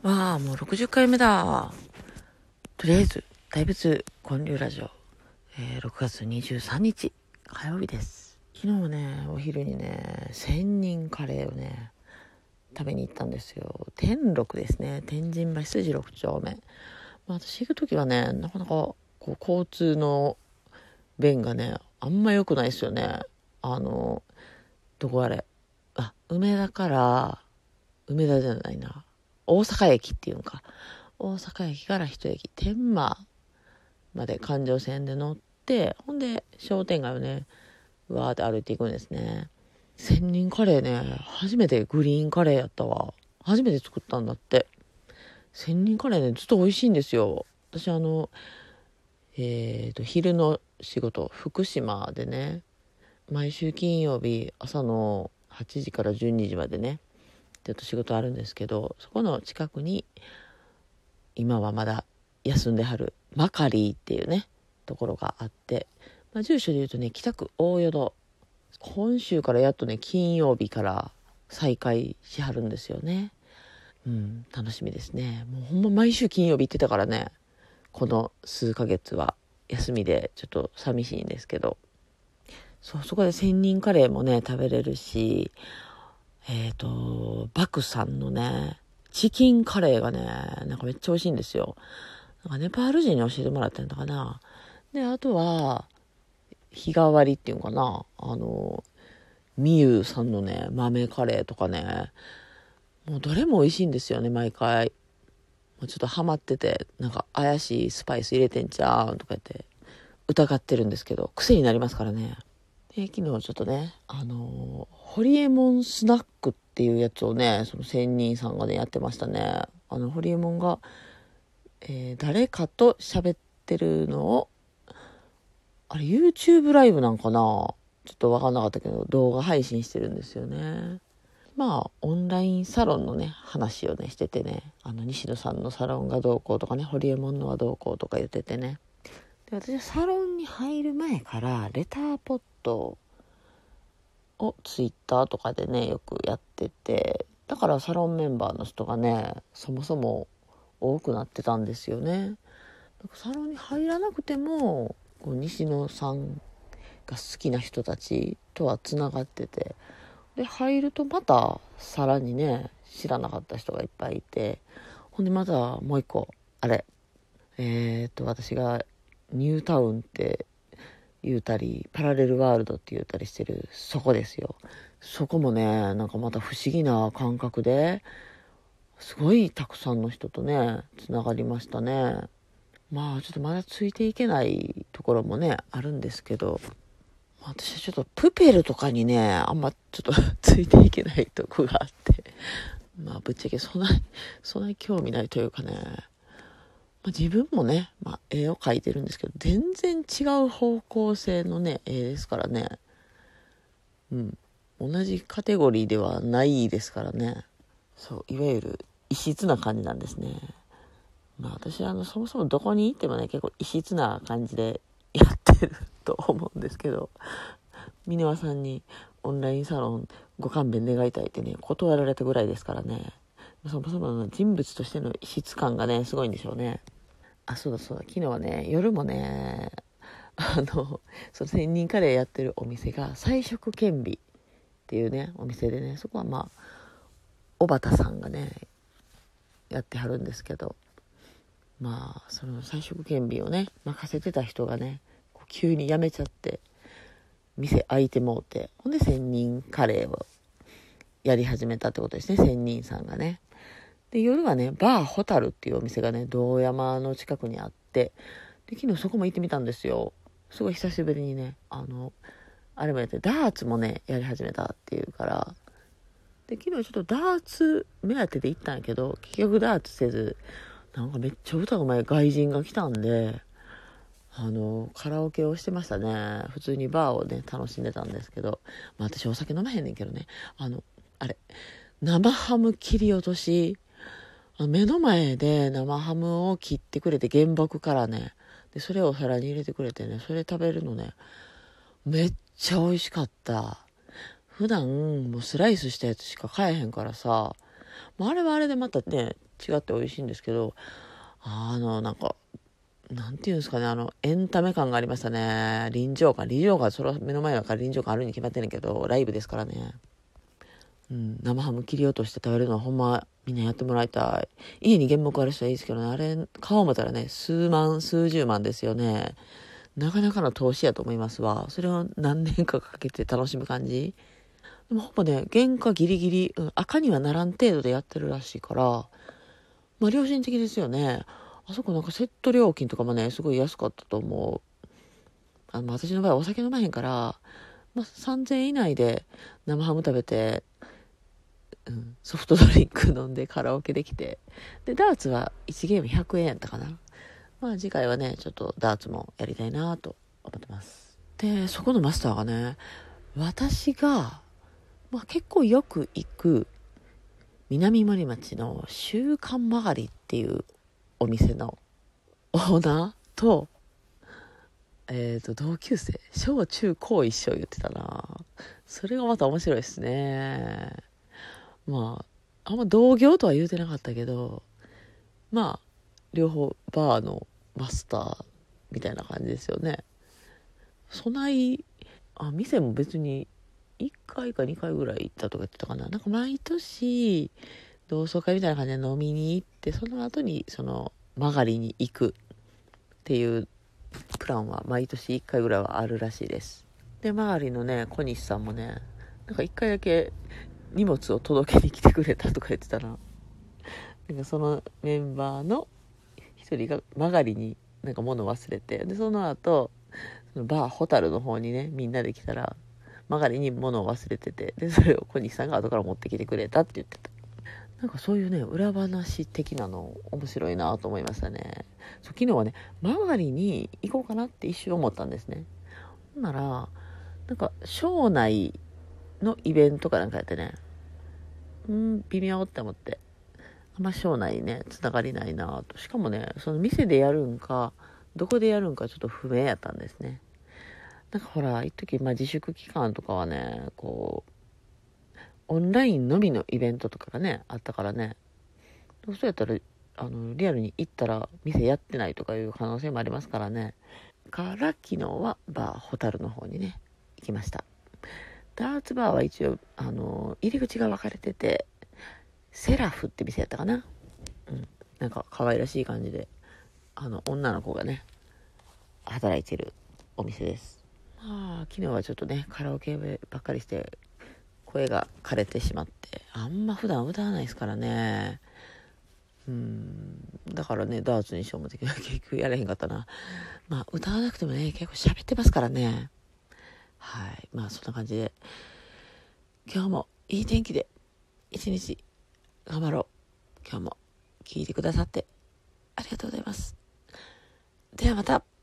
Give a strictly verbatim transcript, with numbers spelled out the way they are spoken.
わあ、もうろくじゅっかいめだ。とりあえず、大仏建立ラジオ、えー、ろくがつにじゅうさんにち火曜日です。昨日ね、お昼にね、千人カレーをね、食べに行ったんですよ。天禄ですね。天神橋筋ろく丁目。まあ、私行くときはね、なかなかこう交通の便がね、あんま良くないですよね。あの、どこあれ。あ、梅田から、梅田じゃないな。大阪駅っていうんか。大阪駅から一駅天満まで環状線で乗って、ほんで商店街をねわーって歩いていくんですね。千人カレーね、初めてグリーンカレーやったわ。初めて作ったんだって。千人カレーね、ずっと美味しいんですよ。私あのえーと昼の仕事福島でね、毎週金曜日朝のはちじからじゅうにじまでねちょっと仕事あるんですけど、そこの近くに今はまだ休んではるマカリーっていうねところがあって、まあ、住所で言うとね北区大淀、今週からやっとね金曜日から再開しはるんですよね。うん、楽しみですね。もうほんま毎週金曜日行ってたからね、この数ヶ月は休みでちょっと寂しいんですけど、そう、そこで千人カレーもね食べれるし、えっとバクさんのねチキンカレーがねなんかめっちゃ美味しいんですよ。なんかネパール人に教えてもらったんだかな。であとは日替わりっていうのかな、あのみゆさんのね豆カレーとかね、もうどれも美味しいんですよね毎回。もうちょっとハマってて、なんか怪しいスパイス入れてんちゃうんとか言って疑ってるんですけど、癖になりますからね。で昨日ちょっとね、あのホリエモンスナックっていうやつをね、その仙人さんがねやってましたね。あのホリエモンが、えー、誰かと喋ってるのを、あれ YouTube ライブなんかな、ちょっと分かんなかったけど動画配信してるんですよね。まあオンラインサロンのね話をねしててね、あの西野さんのサロンがどうこうとかね、ホリエモンのはどうこうとか言っててね。で私はサロンに入る前からレターポットをツイッターとかでねよくやってて、だからサロンメンバーの人がねそもそも多くなってたんですよね。サロンに入らなくてもこう西野さんが好きな人たちとはつながってて、で入るとまたさらにね知らなかった人がいっぱいいて、ほんでまたもう一個あれえー、っと私がニュータウンって言うたりパラレルワールドって言うたりしてるそこですよ。そこもねなんかまた不思議な感覚ですごいたくさんの人とねつながりましたね。まあちょっとまだついていけないところもねあるんですけど、私はちょっとプペルとかにねあんまちょっとついていけないとこがあって、まあぶっちゃけそんなそんなに興味ないというかね、まあ、自分もね、まあ、絵を描いてるんですけど全然違う方向性のね絵ですからね。うん同じカテゴリーではないですからね。そういわゆる異質な感じなんですね。まあ私はあのそもそもどこに行ってもね結構異質な感じでやってると思うんですけど、箕輪さんにオンラインサロンご勘弁願いたいってね断られたぐらいですからね。そもそもの人物としての異質感がねすごいんでしょうね。あ、そうだそうだ、昨日はね夜もねあのその千人カレーやってるお店が菜食顕微っていうねお店でね、そこはまあ小畑さんがねやってはるんですけど、まあその菜食顕微をね任せてた人がね急に辞めちゃって店開いてもうて、ほんで千人カレーをやり始めたってことですね、千人さんがね。で夜はねバーホタルっていうお店がね堂山の近くにあって、で昨日そこも行ってみたんですよ。すごい久しぶりにねあのあれもやって、ダーツもねやり始めたっていうから、で昨日ちょっとダーツ目当てで行ったんやけど結局ダーツせず、なんかめっちゃ歌うまい外人が来たんであのカラオケをしてましたね。普通にバーをね楽しんでたんですけど、まあ、私お酒飲まへんねんけどね、あのあれ生ハム切り落とし、目の前で生ハムを切ってくれて原木からね、でそれをお皿に入れてくれてね、それ食べるのねめっちゃ美味しかった。普段もうスライスしたやつしか買えへんからさ、あれはあれでまたね違って美味しいんですけど、あのなんかなんていうんですかね、あのエンタメ感がありましたね。臨場感臨場感それは目の前だから臨場感あるに決まってんねんけど、ライブですからね。うん、生ハム切り落として食べるのはほんまみんなやってもらいたい。家に原木ある人はいいですけどね、あれ買おう思ったらね、数万数十万ですよね。なかなかの投資やと思いますわ。それを何年かかけて楽しむ感じ。でもほぼね、原価ギリギリ、うん、赤にはならん程度でやってるらしいから、まあ良心的ですよね。あそこなんかセット料金とかもね、すごい安かったと思う。あの私の場合お酒飲まへんから、まあ、さんぜんえん以内で生ハム食べて、うん、ソフトドリンク飲んでカラオケできて、でダーツはいちゲームひゃくえんやったかな。まあ次回はねちょっとダーツもやりたいなと思ってます。でそこのマスターがね、私が、まあ、結構よく行く南森町の週刊曲がりっていうお店のオーナーと、えーと同級生、小中高一緒言ってたな。それがまた面白いですね。まああんま同業とは言うてなかったけど、まあ両方バーのマスターみたいな感じですよね。そないあ店も別にいっかいかにかいぐらい行ったとか言ってたかな。なんか毎年同窓会みたいな感じで飲みに行って、その後にその曲がりに行くっていうプランは毎年いっかいぐらいはあるらしいです。で曲がりのね小西さんもね、なんかいっかいだけ荷物を届けに来てくれたとか言ってたな。なんかそのメンバーの一人が曲がりになんか物を忘れて、でその後そのバーホタルの方にねみんなで来たら曲がりに物を忘れてて、でそれを小西さんが後から持ってきてくれたって言ってた。なんかそういうね裏話的なの面白いなと思いましたね。そう昨日はね曲がりに行こうかなって一瞬思ったんですね。ほんならなんか省内のイベントかなんかやってね、うん微妙って思って、あんま省内ねつながりないなと。しかもねその店でやるんかどこでやるんかちょっと不明やったんですね。なんかほら一時まあ自粛期間とかはねこうオンラインのみのイベントとかがねあったからね、そうやったらあのリアルに行ったら店やってないとかいう可能性もありますからね。から昨日はバーホタルの方にね行きました。ダーツバーは一応あの入り口が分かれてて、セラフって店やったかな、うん、なんか可愛らしい感じであの女の子がね働いてるお店です。まあ昨日はちょっとねカラオケばっかりして声が枯れてしまって、あんま普段歌わないですからね。うーんだからねダーツにしようもできない結局やれへんかったな。まあ歌わなくてもね結構喋ってますからね。はい、まあそんな感じで今日もいい天気で一日頑張ろう。今日も聞いてくださってありがとうございます。ではまた。